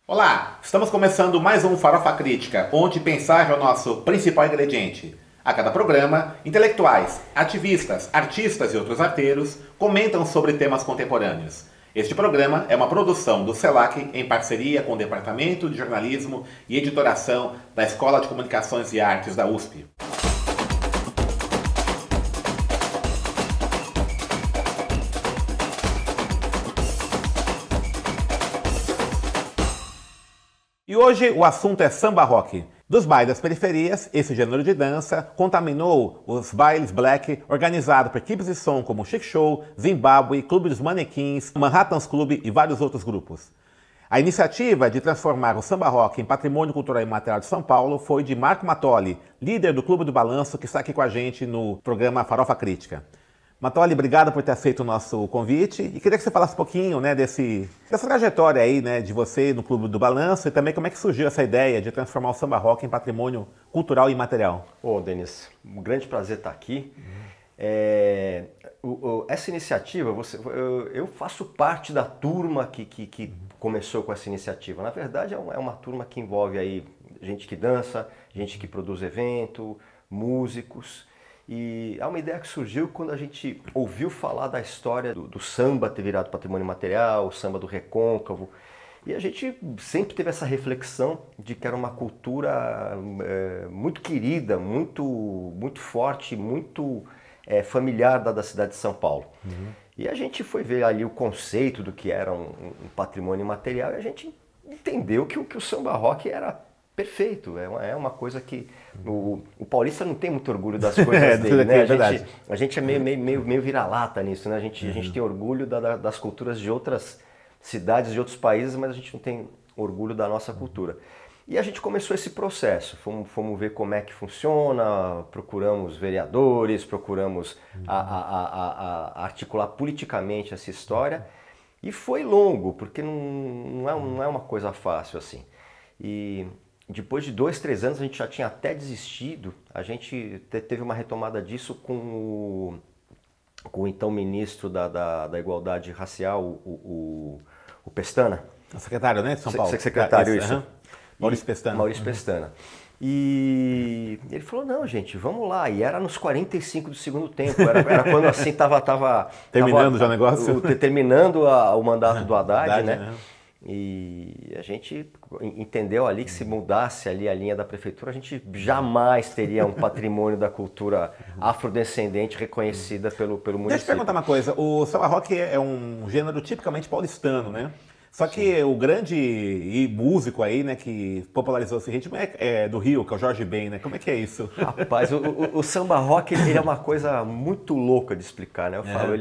Olá, estamos começando mais um Farofa Crítica, onde pensar é o nosso principal ingrediente. A cada programa, intelectuais, ativistas, artistas e outros arteiros comentam sobre temas contemporâneos. Este programa é uma produção do CELAC em parceria com o Departamento de Jornalismo e Editoração da Escola de Comunicações e Artes da USP. E hoje o assunto é samba rock. Dos bailes das periferias, esse gênero de dança contaminou os bailes black organizados por equipes de som como Chic Show, Zimbábue, Clube dos Manequins, Manhattan's Club e vários outros grupos. A iniciativa de transformar o samba rock em patrimônio cultural imaterial de São Paulo foi de Marco Matoli, líder do Clube do Balanço, que está aqui com a gente no programa Farofa Crítica. Matoli, obrigado por ter aceito o nosso convite e queria que você falasse um pouquinho, dessa trajetória aí, de você no Clube do Balanço e também como é que surgiu essa ideia de transformar o samba rock em patrimônio cultural e imaterial. Denis, um grande prazer estar aqui. Essa iniciativa, eu faço parte da turma que começou com essa iniciativa. Na verdade, é uma turma que envolve aí gente que dança, gente que produz evento, músicos. E é uma ideia que surgiu quando a gente ouviu falar da história do samba ter virado patrimônio material, o samba do recôncavo. E a gente sempre teve essa reflexão de que era uma cultura muito querida, muito forte, muito familiar da cidade de São Paulo. Uhum. E a gente foi ver ali o conceito do que era um patrimônio material e a gente entendeu que o samba rock era perfeito, é uma coisa que o paulista não tem muito orgulho das coisas dele, né? A gente é meio vira-lata nisso, né? A gente tem orgulho das culturas de outras cidades, de outros países, mas a gente não tem orgulho da nossa cultura. E a gente começou esse processo, fomos ver como é que funciona, procuramos vereadores, procuramos articular politicamente essa história, e foi longo, porque não é uma coisa fácil assim. E depois de 2, 3 anos a gente já tinha até desistido, a gente teve uma retomada disso com o então ministro da Igualdade Racial, o Pestana. O secretário, de São Paulo. Secretário, isso. Uhum. Maurício Pestana. Maurício Pestana. E ele falou, não, gente, vamos lá. E era nos 45 do segundo tempo, era quando assim tava terminando já o negócio? Terminando o mandato do Haddad, né? E a gente entendeu ali que se mudasse ali a linha da prefeitura, a gente jamais teria um patrimônio da cultura afrodescendente reconhecida pelo município. Deixa eu te perguntar uma coisa, o samba rock é um gênero tipicamente paulistano, né? Só que Sim. O grande músico aí, que popularizou esse ritmo é do Rio, que é o Jorge Ben, né? Como é que é isso? Rapaz, o samba rock ele é uma coisa muito louca de explicar, né? Eu falo,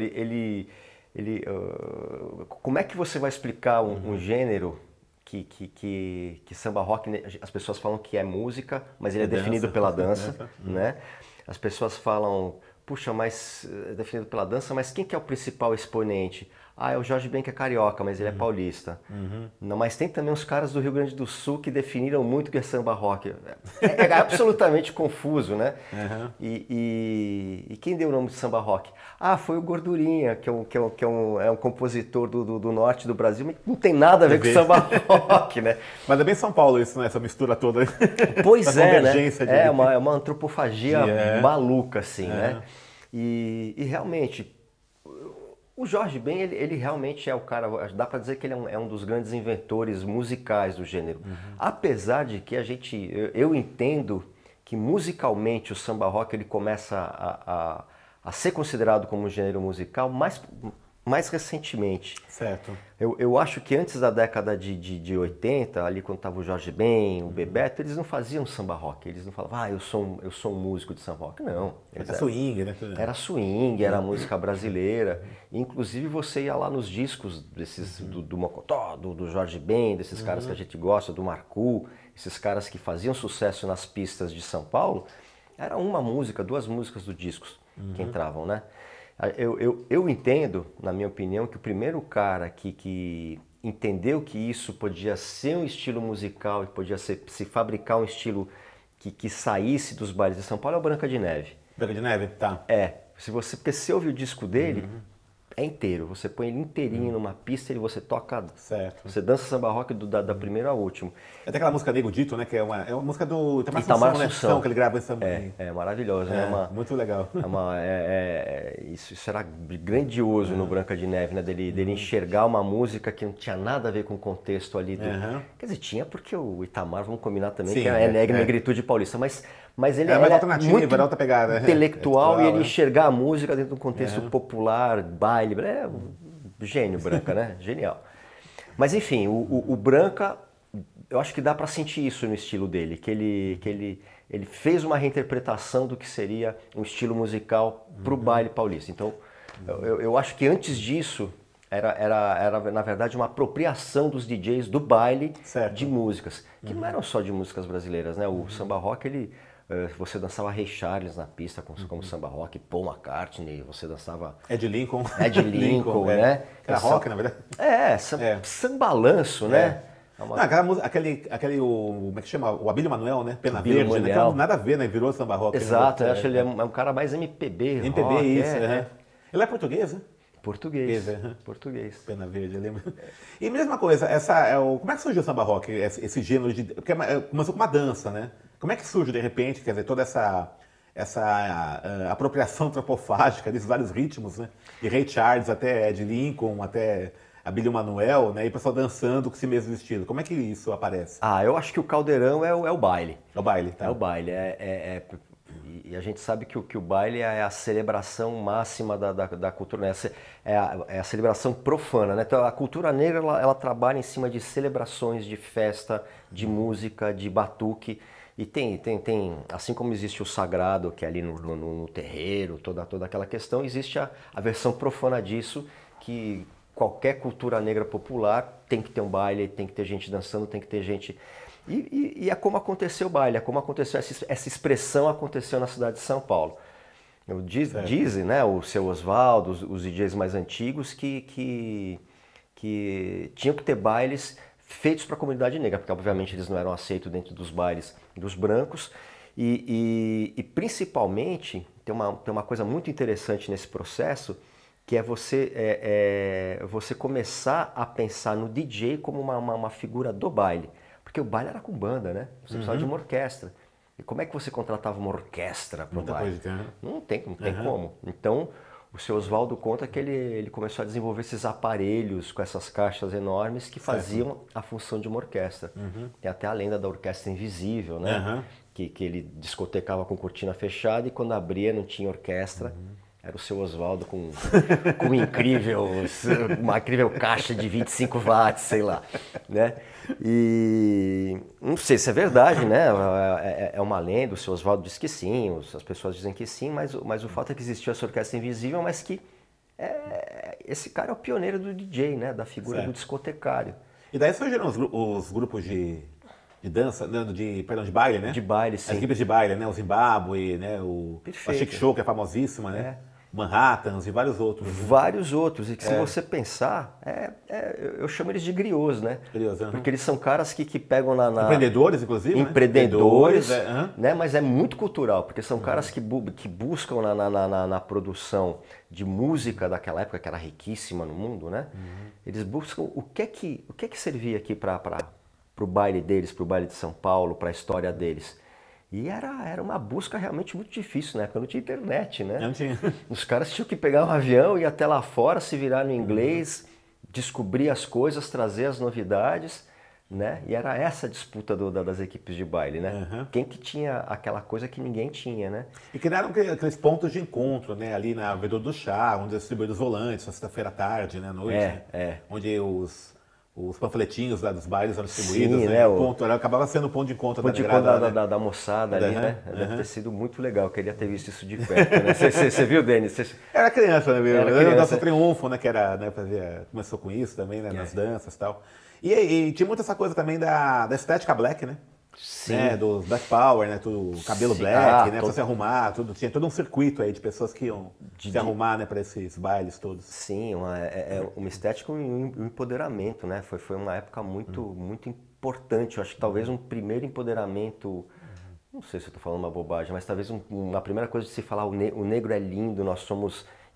como é que você vai explicar um gênero que samba rock, né? As pessoas falam que é música, mas ele é definido pela dança, né? As pessoas falam, puxa, mas é definido pela dança, mas quem que é o principal exponente? É o Jorge Ben, que é carioca, mas ele é paulista. Não, mas tem também os caras do Rio Grande do Sul que definiram muito o que é samba rock. É absolutamente confuso, né? E quem deu o nome de samba rock? Foi o Gordurinha, que é um compositor do norte do Brasil, mas não tem nada a ver com samba rock, né? Mas é bem São Paulo isso, né? Essa mistura toda. Pois é, né? É uma antropofagia maluca, assim, né? E realmente... O Jorge Ben, ele realmente é o cara, dá para dizer que ele é um dos grandes inventores musicais do gênero. Apesar de que eu entendo que musicalmente o samba rock ele começa a ser considerado como um gênero musical mais recentemente. Certo. Eu acho que antes da década de 80, ali quando estava o Jorge Ben, o Bebeto, eles não faziam samba rock. Eles não falavam, eu sou um músico de samba rock. Não. Era swing, né? Era swing, era música brasileira. Inclusive você ia lá nos discos desses, do Mocotó, do Jorge Ben, desses caras que a gente gosta, do Marcu, esses caras que faziam sucesso nas pistas de São Paulo. Era uma música, 2 músicas do disco que entravam, né? Eu entendo, na minha opinião, que o primeiro cara que entendeu que isso podia ser um estilo musical e podia se fabricar um estilo que saísse dos bailes de São Paulo é o Branca de Neve. Branca de Neve? Tá. Porque se você ouve o disco dele, é inteiro. Você põe ele inteirinho numa pista e você toca... Certo. Você dança samba rock da primeira ao último. Tem aquela música Nego Dito, né? Que é uma música do Itamar Assunção, né? Que ele grava em samba. É maravilhosa, né? Muito legal. Isso era grandioso no Branca de Neve, né? Dele enxergar uma música que não tinha nada a ver com o contexto ali. Quer dizer, tinha porque o Itamar, vamos combinar também, Sim, que é negritude paulista, mas ele mais era alternativa, muito era outra pegada, intelectual e ele enxergar a música dentro de um contexto popular, baile, gênio Branca, né? Genial. Mas enfim, o Branca, eu acho que dá para sentir isso no estilo dele, que ele fez uma reinterpretação do que seria um estilo musical para o baile paulista. Então, eu acho que antes disso era na verdade uma apropriação dos DJs do baile de músicas, que não eram só de músicas brasileiras, né? O samba rock, você dançava Ray Charles na pista como samba rock, Paul McCartney, você dançava Ed Lincoln, né? Era rock, na verdade. Sambalanço, né? Não, aquele como é que chama? O Abílio Manuel, né? Pena Verde, né? Que nada a ver, né? Virou samba rock. Exato, eu acho que ele é um cara mais MPB. MPB, rock, isso. Ele é português, né? Português. Pena Verde, eu lembro. E mesma coisa, como é que surgiu o samba rock, esse gênero de... Porque começou com uma dança, né? Como é que surge, de repente, quer dizer, toda essa apropriação antropofágica desses vários ritmos, né? De Ray Charles até Ed Lincoln, até Abílio Manuel, né? E o pessoal dançando com esse mesmo estilo. Como é que isso aparece? Eu acho que o caldeirão é o baile. É o baile, tá? É o baile. E a gente sabe que o baile é a celebração máxima da cultura, né? É a celebração profana, né? Então a cultura negra ela trabalha em cima de celebrações, de festa, de música, de batuque. E tem, assim como existe o sagrado, que é ali no terreiro, toda aquela questão, existe a versão profana disso, que qualquer cultura negra popular tem que ter um baile, tem que ter gente dançando, tem que ter gente... E é como aconteceu o baile, é como aconteceu essa expressão aconteceu na cidade de São Paulo. Dizem, né, o seu Oswaldo, os DJs mais antigos, que tinham que ter bailes feitos para a comunidade negra, porque obviamente eles não eram aceitos dentro dos bailes dos brancos. E principalmente, tem uma coisa muito interessante nesse processo, que é você começar a pensar no DJ como uma figura do baile. Porque o baile era com banda, né? Você precisava de uma orquestra. E como é que você contratava uma orquestra para o baile? Não tem como. Então, o seu Oswaldo conta que ele começou a desenvolver esses aparelhos com essas caixas enormes que faziam a função de uma orquestra. Tem até a lenda da orquestra invisível, né? Que ele discotecava com cortina fechada e quando abria não tinha orquestra. Era o seu Oswaldo com uma incrível caixa de 25 watts, sei lá, né? E não sei se é verdade, né? É uma lenda, o seu Oswaldo diz que sim, as pessoas dizem que sim, mas o fato é que existiu essa orquestra invisível, mas que esse cara é o pioneiro do DJ, né? Da figura do discotecário. E daí surgiram os grupos de dança, de baile, né? De baile, sim. As equipes de baile, né? O Zimbábue, né? A Chic Show, que é famosíssima, né? Manhattans e vários outros. Vários outros. E que se você pensar, eu chamo eles de griots, né? Porque eles são caras que pegam Empreendedores, inclusive, empreendedores, né? Mas é muito cultural, porque são caras que buscam na produção de música daquela época, que era riquíssima no mundo, né? Eles buscam o que é que servia aqui para o baile deles, para o baile de São Paulo, para a história deles. E era uma busca realmente muito difícil, né? Porque não tinha internet, né? Não tinha. Os caras tinham que pegar um avião, ir até lá fora, se virar no inglês, descobrir as coisas, trazer as novidades, né? E era essa a disputa das equipes de baile, né? Quem que tinha aquela coisa que ninguém tinha, né? E criaram aqueles pontos de encontro, né? Ali na Avenida do Chá, onde distribuíram os volantes, na sexta-feira à tarde, né? À noite, onde os panfletinhos lá dos bailes eram distribuídos, né? Acabava sendo o ponto de encontro da moçada ali, né? Deve ter sido muito legal, eu queria ter visto isso de perto, né? Você viu, Denis? Era criança, né? Era Dança Triunfo, né? Que era, né? Começou com isso também, né? Nas danças e tal. E tinha muito essa coisa também da estética black, né? Sim. Né? Do Black Power, né? Tudo, cabelo black, né? Pra se arrumar, tinha todo um circuito aí de pessoas que iam se arrumar, né? Para esses bailes todos. Sim, uma estética e um empoderamento, né? Foi uma época muito importante. Eu acho que talvez um primeiro empoderamento, não sei se eu estou falando uma bobagem, mas talvez uma primeira coisa de se falar, o negro é lindo, nós somos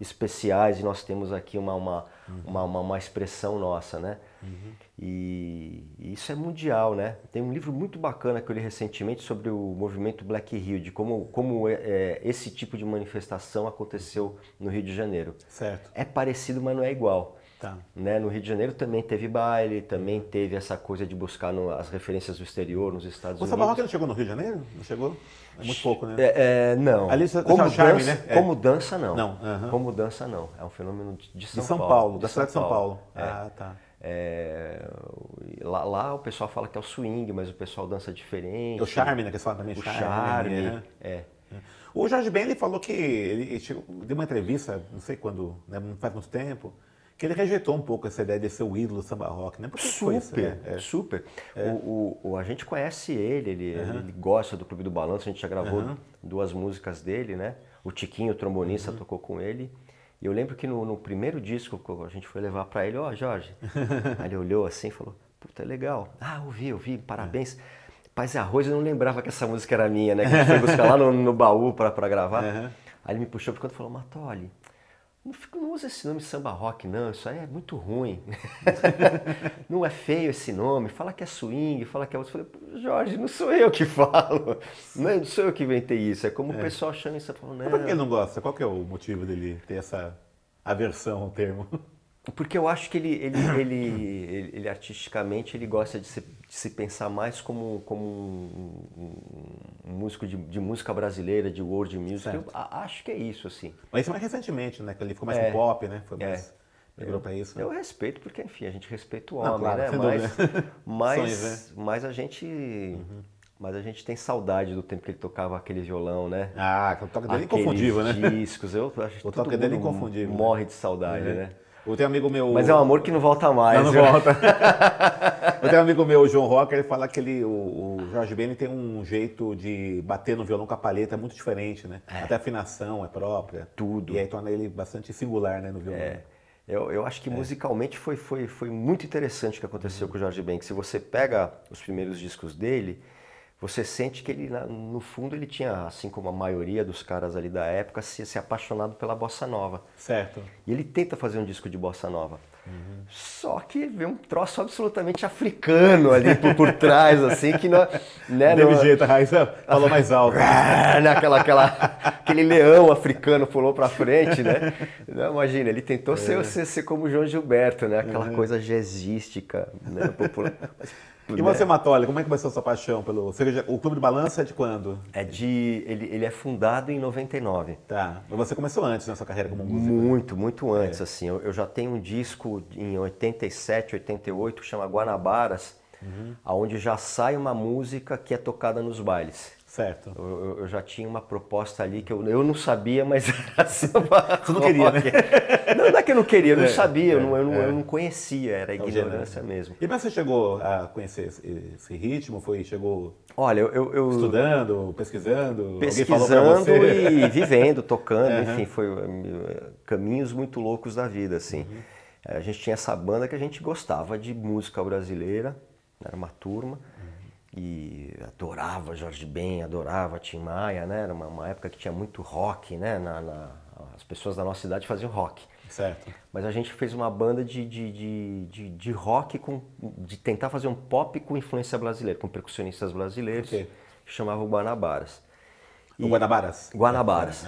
especiais e nós temos aqui uma expressão nossa, né? E isso é mundial, né? Tem um livro muito bacana que eu li recentemente sobre o movimento Black Rio, de como esse tipo de manifestação aconteceu no Rio de Janeiro. Certo. É parecido, mas não é igual. Tá. Né? No Rio de Janeiro também teve baile, também teve essa coisa de buscar as referências do exterior, nos Estados Unidos. O samba rock não chegou no Rio de Janeiro? Não chegou? É muito pouco, né? Não. Ali você como charme, dança, né? Como dança, não. Não, aham. Como dança, não. É um fenômeno de São, De São Paulo. Paulo, da cidade de São Paulo. É. Ah, tá. Lá o pessoal fala que é o swing, mas o pessoal dança diferente. O charme, né? Que eles falam também. O charme. O Jorge Ben, ele falou que ele deu uma entrevista, não sei quando, né, não faz muito tempo, que ele rejeitou um pouco essa ideia de ser o ídolo do samba rock, né? Porque foi isso, Super. A gente conhece ele gosta do Clube do Balanço, a gente já gravou 2 músicas dele, né? O Tiquinho, o trombonista, tocou com ele. E eu lembro que no primeiro disco que a gente foi levar pra ele, Jorge. Aí ele olhou assim e falou, puta, é legal. Ah, ouvi, parabéns. Paz e Arroz, eu não lembrava que essa música era minha, né? Que a gente foi buscar lá no baú pra gravar. Aí ele me puxou pro canto e falou, Matoli, não usa esse nome samba rock, não, isso aí é muito ruim. Não é feio esse nome, fala que é swing, fala que é outro. Eu falei, Jorge, não sou eu que falo, não sou eu que inventei isso, é como o pessoal chama isso, falando, não. Mas por que ele não gosta? Qual que é o motivo dele ter essa aversão ao termo? Porque eu acho que ele artisticamente ele gosta de se pensar mais como um músico de música brasileira, de world music. Eu acho que é isso, assim. Mas isso mais recentemente, né? Que ele ficou mais com pop, né? Foi mais... Migrou pra isso, né? Eu respeito, porque, enfim, a gente respeita o Não, homem, claro, né? Sonhos, mas a gente... Mas a gente tem saudade do tempo que ele tocava aquele violão, né? Ah, o toque dele é inconfundível, né? Discos, eu acho que o toque dele é inconfundível. Morre de saudade, né? Eu tenho um amigo meu... Mas é um amor que não volta mais. Não volta. Eu tenho um amigo meu, o João Rocker, ele fala que o Jorge Ben tem um jeito de bater no violão com a palheta muito diferente, né? Até a afinação é própria. Tudo. E aí torna ele bastante singular, né, no violão. Eu acho que musicalmente foi muito interessante o que aconteceu com o Jorge Ben. Que se você pega os primeiros discos dele, você sente que ele, no fundo, ele tinha, assim como a maioria dos caras ali da época, se apaixonado pela bossa nova. Certo. E ele tenta fazer um disco de bossa nova. Só que vê um troço absolutamente africano ali por trás, assim, que não... Né, Teve jeito, a Raíssa falou mais alto. Aquele leão africano pulou pra frente, né? Não, imagina, ele tentou ser como o João Gilberto, né? Aquela coisa jazzística, né? Popular. E você, Matoli, como é que começou a sua paixão pelo... O Clube do Balanço é de quando? Ele é fundado em 99. Tá. Mas você começou antes na sua carreira como músico? Muito antes, assim. Eu já tenho um disco em 87, 88, que chama Guanabaras, onde já sai uma música que é tocada nos bailes. Certo. Eu já tinha uma proposta ali que eu não sabia, mas era samba. Você não queria, né? Não é que eu não queria, eu não sabia, eu não conhecia, era ignorância mesmo. E mas você chegou a conhecer esse ritmo? Chegou Olha, eu estudando, pesquisando? Pesquisando e vivendo, tocando, enfim, foi caminhos muito loucos da vida, assim. A gente tinha essa banda que a gente gostava de música brasileira, era uma turma. E adorava Jorge Ben, adorava Tim Maia, né? Era uma época que tinha muito rock, né? As pessoas da nossa cidade faziam rock. Certo. Mas a gente fez uma banda de rock, de tentar fazer um pop com influência brasileira, com percussionistas brasileiros, que chamavam Guanabaras. Guanabaras? Guanabaras.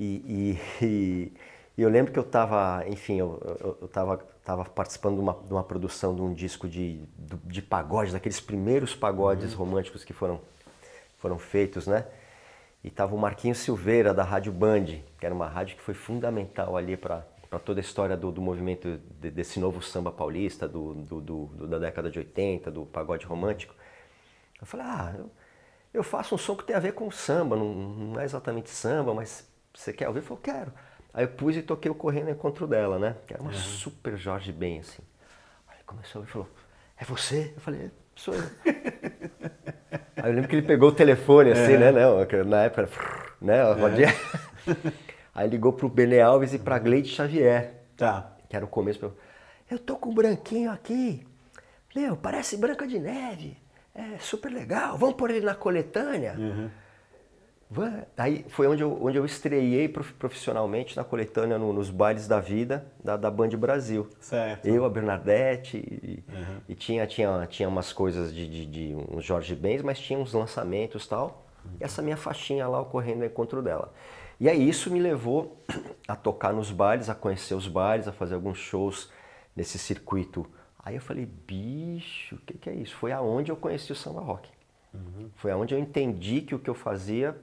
E eu lembro que eu estava, enfim, eu estava participando de uma produção de um disco de pagode, daqueles primeiros pagodes românticos que foram feitos, né? E estava o Marquinhos Silveira, da Rádio Band, que era uma rádio que foi fundamental ali para toda a história do movimento desse novo samba paulista, da década de 80, do pagode romântico. Eu falei, eu faço um som que tem a ver com samba, não é exatamente samba, mas você quer ouvir? Eu falei, quero. Aí eu pus e toquei o Correndo ao Encontro dela, né? Que era uma super Jorge Ben, assim. Aí ele começou a ouvir e falou, é você? Eu falei, sou eu. Aí eu lembro que ele pegou o telefone, assim, né? Na época, né? Aí ligou pro Benê Alves e pra Gleide Xavier. Tá. Que era o começo. Eu tô com um branquinho aqui. Meu, parece Branca de Neve. É super legal. Vamos pôr ele na coletânea? Aí foi onde eu estreiei profissionalmente na coletânea, nos bailes da vida da Band Brasil. Certo. Eu, a Bernadette, e tinha umas coisas de uns Jorge Bens, mas tinha uns lançamentos e tal. E essa minha faixinha lá ocorrendo no encontro dela. E aí isso me levou a tocar nos bailes, a conhecer os bailes, a fazer alguns shows nesse circuito. Aí eu falei, bicho, o que é isso? Foi aonde eu conheci o samba rock. Foi aonde eu entendi que o que eu fazia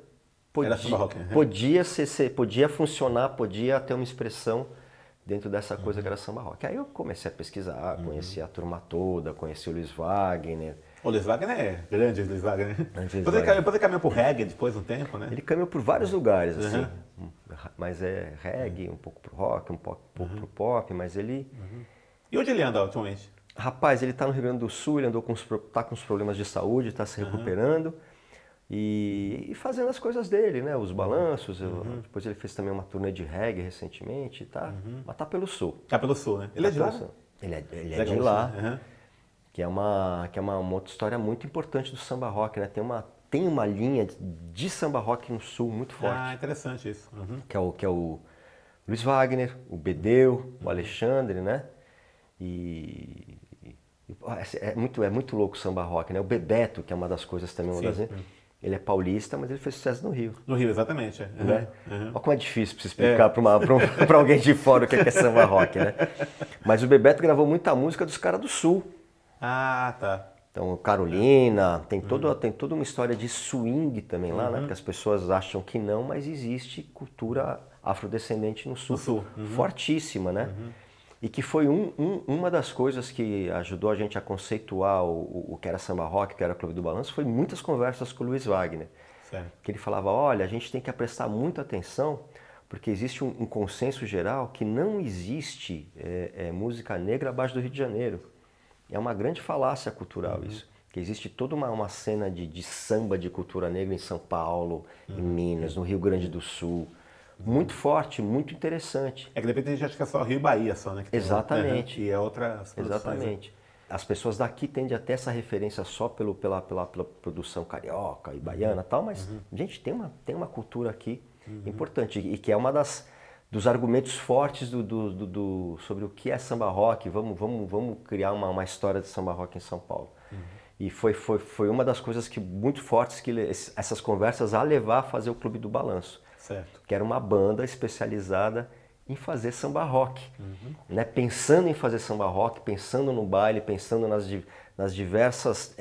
podia funcionar, podia ter uma expressão dentro dessa coisa que era samba rock. Aí eu comecei a pesquisar, conheci a turma toda, conheci o Luiz Wagner. O Luiz Wagner é grande, Luiz Wagner. Depois ele caminhou pro reggae depois de um tempo, né? Ele caminhou por vários lugares, assim. Mas é reggae, um pouco pro rock, um pouco pro pop, mas ele... E onde ele anda atualmente? Rapaz, ele tá no Rio Grande do Sul, ele tá com uns problemas de saúde, está se recuperando. E fazendo as coisas dele, né? Os balanços. Depois ele fez também uma turnê de reggae recentemente, tá? Mas tá pelo sul. Tá pelo sul, né? Ele é de lá? Ele é de lá. Que é uma outra história muito importante do samba rock, né? Tem uma linha de samba rock no sul muito forte. Ah, interessante isso. Que é o Luiz Wagner, o Bedeu, o Alexandre, né? É muito louco o samba rock, né? O Bebeto, que é uma das coisas também, ele é paulista, mas ele fez sucesso no Rio. No Rio, exatamente. Né? Olha como é difícil pra você explicar pra alguém de fora o que é samba rock, né? Mas o Bebeto gravou muita música dos caras do Sul. Ah, tá. Então, Carolina, tem toda uma história de swing também lá, né? Porque as pessoas acham que não, mas existe cultura afrodescendente no Sul. Fortíssima, né? E que foi uma das coisas que ajudou a gente a conceituar o que era samba rock, o que era Clube do Balanço, foi muitas conversas com o Luiz Wagner. Certo. Que ele falava, olha, a gente tem que prestar muita atenção, porque existe um consenso geral que não existe música negra abaixo do Rio de Janeiro. É uma grande falácia cultural isso. Que existe toda uma cena de samba de cultura negra em São Paulo, em Minas, no Rio Grande do Sul. Muito forte, muito interessante. É que de repente a gente acha que é só Rio e Bahia só, né? Exatamente. E é outras produções. Exatamente. As pessoas daqui tendem a ter essa referência só pela produção carioca e baiana e tal, mas, gente, tem uma cultura aqui importante e que é uma dos argumentos fortes sobre o que é samba rock. Vamos criar uma história de samba rock em São Paulo. E foi uma das coisas muito fortes que essas conversas a levar a fazer o Clube do Balanço. Certo. Que era uma banda especializada em fazer samba rock. Né? Pensando em fazer samba rock, pensando no baile, pensando nas diversas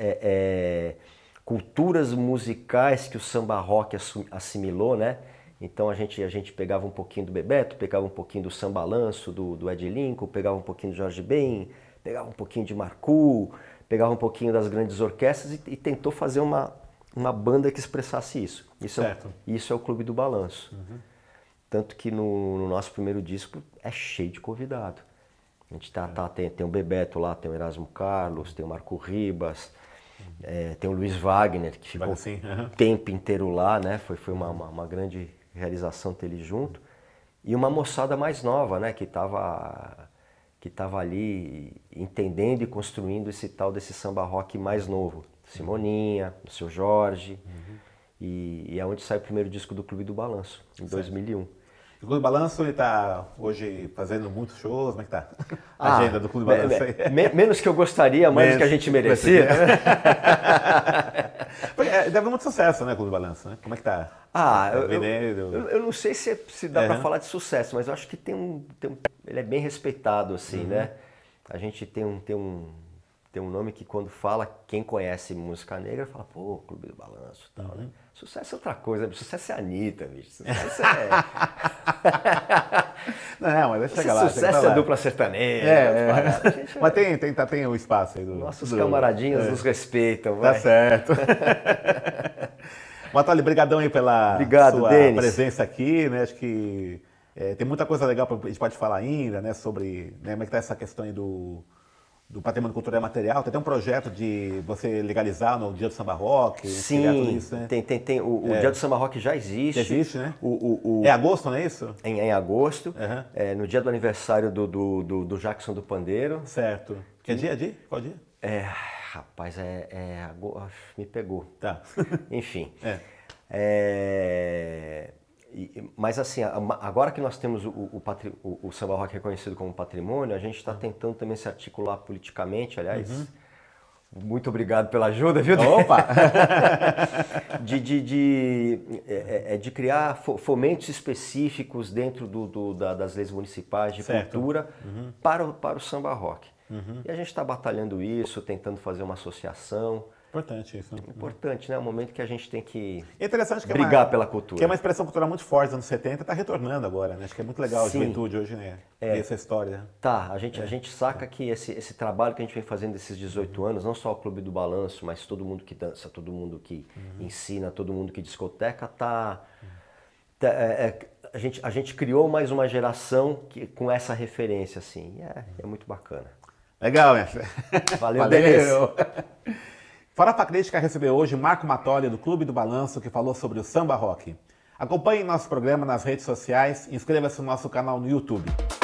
culturas musicais que o samba rock assimilou, né? Então a gente pegava um pouquinho do Bebeto, pegava um pouquinho do Samba Balanço, do Ed Lincoln, pegava um pouquinho do Jorge Ben, pegava um pouquinho de Marcu, pegava um pouquinho das grandes orquestras e tentou fazer uma banda que expressasse isso. Isso é o Clube do Balanço. Tanto que no nosso primeiro disco é cheio de convidado. A gente tem o Bebeto lá, tem o Erasmo Carlos, tem o Marco Ribas, tem o Luiz Wagner, que ficou o tempo inteiro lá, né? Foi uma grande realização ter ele junto. E uma moçada mais nova, né? Que estava ali entendendo e construindo esse tal desse samba rock mais novo. Simoninha, o Seu Jorge, e é onde sai o primeiro disco do Clube do Balanço, em 2001. O Clube do Balanço está hoje fazendo muitos shows, como é que tá? A agenda do Clube do Balanço aí. Menos que eu gostaria, mais do que a gente merecia. Deve muito sucesso, né, o Clube do Balanço, né? Como é que tá? Eu não sei se dá para falar de sucesso, mas eu acho que ele é bem respeitado, assim, né? A gente tem um nome que quando fala, quem conhece música negra, fala, pô, Clube do Balanço e tal, né? Sucesso é outra coisa, sucesso é a Anitta, bicho. Sucesso Não, mas deixa chegar lá. Sucesso é dupla sertaneja. Mas tem o espaço aí. Nossos camaradinhos nos respeitam, vai. Tá certo. Matoli, brigadão aí pela sua presença aqui, né? Acho que tem muita coisa legal que a gente pode falar ainda, né? Sobre como é que tá essa questão aí do patrimônio cultural material. Tem até um projeto de você legalizar no Dia do Samba Rock. Sim, isso, né? tem. O Dia do Samba Rock já existe. Já existe, né? É agosto, não é isso? Em agosto, no dia do aniversário do Jackson do Pandeiro. Certo. Que dia? Qual dia? Rapaz, me pegou. Tá. Enfim. Mas assim, agora que nós temos o samba rock reconhecido como patrimônio, a gente está tentando também se articular politicamente, aliás, muito obrigado pela ajuda, viu? Opa! de criar fomentos específicos dentro das leis municipais de cultura para o samba rock. E a gente está batalhando isso, tentando fazer uma associação. Importante isso. Importante, né? É um momento que a gente tem que interessante que brigar pela cultura. Que é uma expressão cultural muito forte dos anos 70 e está retornando agora, né? Acho que é muito legal a juventude hoje, né? Essa história. Tá, a gente saca que esse trabalho que a gente vem fazendo desses 18 anos, não só o Clube do Balanço, mas todo mundo que dança, todo mundo que ensina, todo mundo que discoteca, a gente criou mais uma geração com essa referência, assim. É muito bacana. Legal, mestre. Valeu, Denis. Farofa Crítica recebeu hoje Marco Matoli, do Clube do Balanço, que falou sobre o samba rock. Acompanhe nosso programa nas redes sociais e inscreva-se no nosso canal no YouTube.